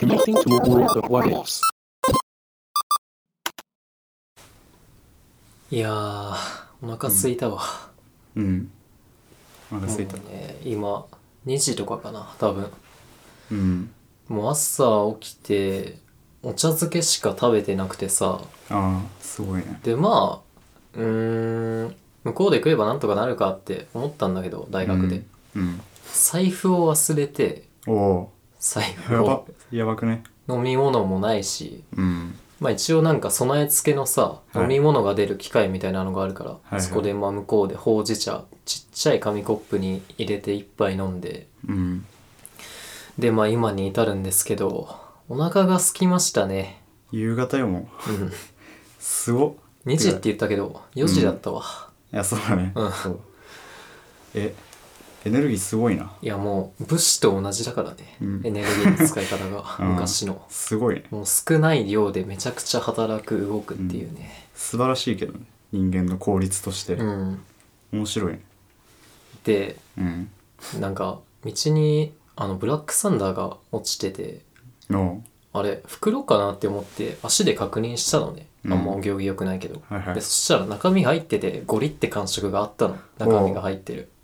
Connecting to a world of what ifs. いやー、お腹すいたわ。 うん。お腹すいた。 もうね、今2時とかかな、多分。 うん。 もう朝起きてお茶漬けしか食べてなくてさ。 ああ、すごいね。 でまあ向こうで食えばなんとかなるかって思ったんだけど、大学で、財布を忘れて。 おお。 財布をやばくね。 飲み物もないし、 うんまあ一応なんか備え付けのさ、飲み物が出る機械みたいなのがあるから、 はいはい、 そこでまあ向こうでほうじ茶ちっちゃい紙コップに入れて一杯飲んで、 うん、 でまあ今に至るんですけど、お腹が空きましたね。 夕方よもう。うん。すごっ。 2時って言ったけど4時だったわ。 いやそうだね。そう。エネルギーすごいな。 いやもう武士と同じだからね、エネルギーの使い方が昔のすごいね。 もう少ない量でめちゃくちゃ働く動くっていうね、 素晴らしいけどね、人間の効率として、面白いね。 で、なんか道にブラックサンダーが落ちてて、あれ袋かなって思って足で確認したのね、あんまお行儀良くないけど、でそしたら中身入っててゴリって感触があったの。中身が入ってる。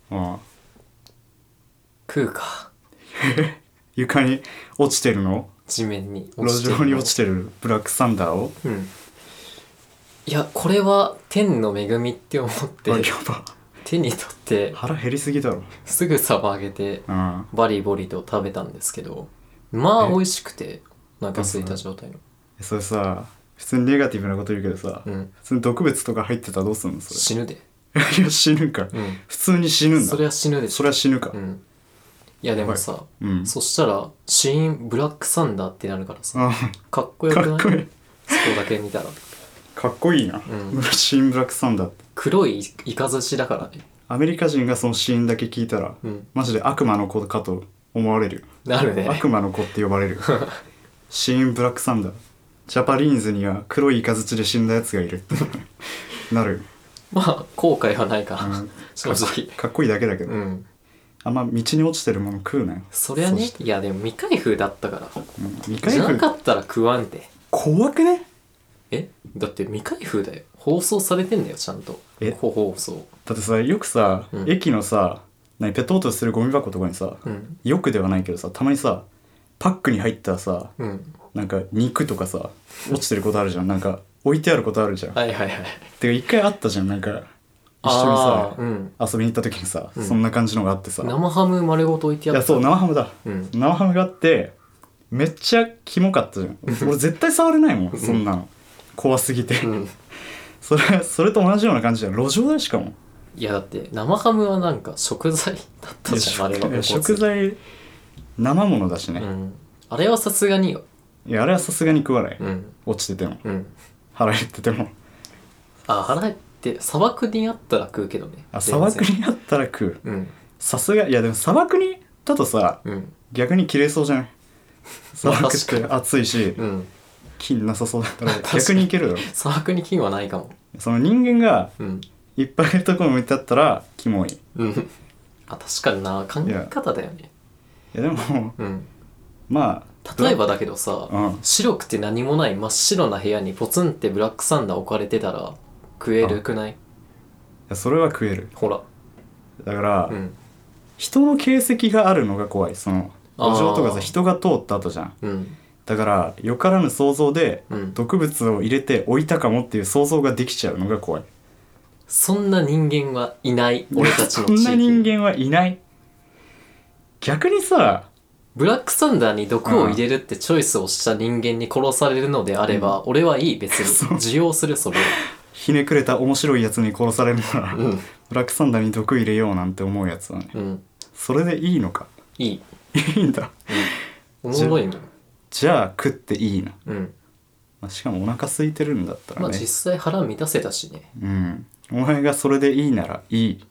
食うか。 床に落ちてるの？ 地面に落ちてるの？ 路上に落ちてるブラックサンダーを？ いやこれは天の恵みって思って手に取って、 腹減りすぎだろ。 すぐさばあげてバリボリと食べたんですけど、まあ美味しくてお腹空いた状態の。 それさ、普通にネガティブなこと言うけどさ、普通に毒物とか入ってたらどうすんのそれ？ 死ぬで。 いや死ぬか、普通に死ぬんだ。 それは死ぬでしょ。 それは死ぬか。 いやでもさ、そしたら死因ブラックサンダーってなるからさ、かっこよくない？ かっこいい。 そこだけ見たらかっこいいな、死因ブラックサンダーって。 黒いイカ寿司だからね。 アメリカ人がその死因だけ聞いたら、マジで悪魔の子かと思われるよ。 なるね。 悪魔の子って呼ばれるよ。死因ブラックサンダー、ジャパニーズには黒いイカズチで死んだやつがいるってなるよ。 まあ後悔はないかな、正直。 かっこいいだけだけど、あんま道に落ちてるもの食うなよ。 そりゃね。いやでも未開封だったから、 未開封じゃなかったら食わんて。 怖くね？ だって未開封だよ。放送されてんだよちゃんと。個放送だってさ、よくさ、駅のさ、ペットボトルするゴミ箱とかにさ、よくではないけどさ、たまにさパックに入ったさ、なんか肉とかさ落ちてることあるじゃん。なんか置いてあることあるじゃん。 はいはいはい。 てか一回あったじゃん、なんか一緒にさ、遊びに行った時にさ、そんな感じのがあってさ、 生ハム丸ごと置いてあった。 いやそう、生ハムだ、生ハムがあってめっちゃキモかったじゃん。俺絶対触れないもんそんなの、怖すぎて、それと同じような感じじゃん。路上だしかも。 いやだって生ハムはなんか食材だったじゃん。あれは食材、生ものだしね、 あれはさすがによ。 いやあれはさすがに食わない、落ちてても、腹減ってても。 腹減って砂漠にあったら食うけどね。 砂漠にあったら食う、さすが。いやでも砂漠にだとさ、逆に切れそうじゃない？砂漠って暑いし、菌なさそうだったら逆にいけるだろ。 砂漠に菌はないかも。 その人間がいっぱいいるところに置いてあったらキモい。 確かにな、考え方だよね。 いやでも、まあ例えばだけどさ、白くて何もない真っ白な部屋にポツンってブラックサンダー置かれてたら食えるくない？いやそれは食える。 ほらだから、人の形跡があるのが怖い。その路上とかさ、人が通った後じゃん、だからよからぬ想像で毒物を入れて置いたかもっていう想像ができちゃうのが怖い。 そんな人間はいない、俺たちの地域。 そんな人間はいない。逆にさ、 ブラックサンダーに毒を入れるってチョイスをした人間に殺されるのであれば、俺はいい、別に受容する。それはひねくれた面白いやつに殺されるなら、ブラックサンダーに毒入れようなんて思うやつはね、それでいいのか。 いいんだ、 おもろいの。 じゃあ食っていいな。しかもお腹空いてるんだったらね、 実際腹満たせたしね。 お前がそれでいいならいい。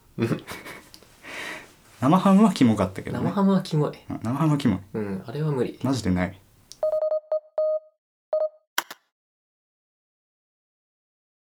生ハムはキモかったけどね。 生ハムはキモい。 生ハムはキモい。 あれは無理。 マジでない。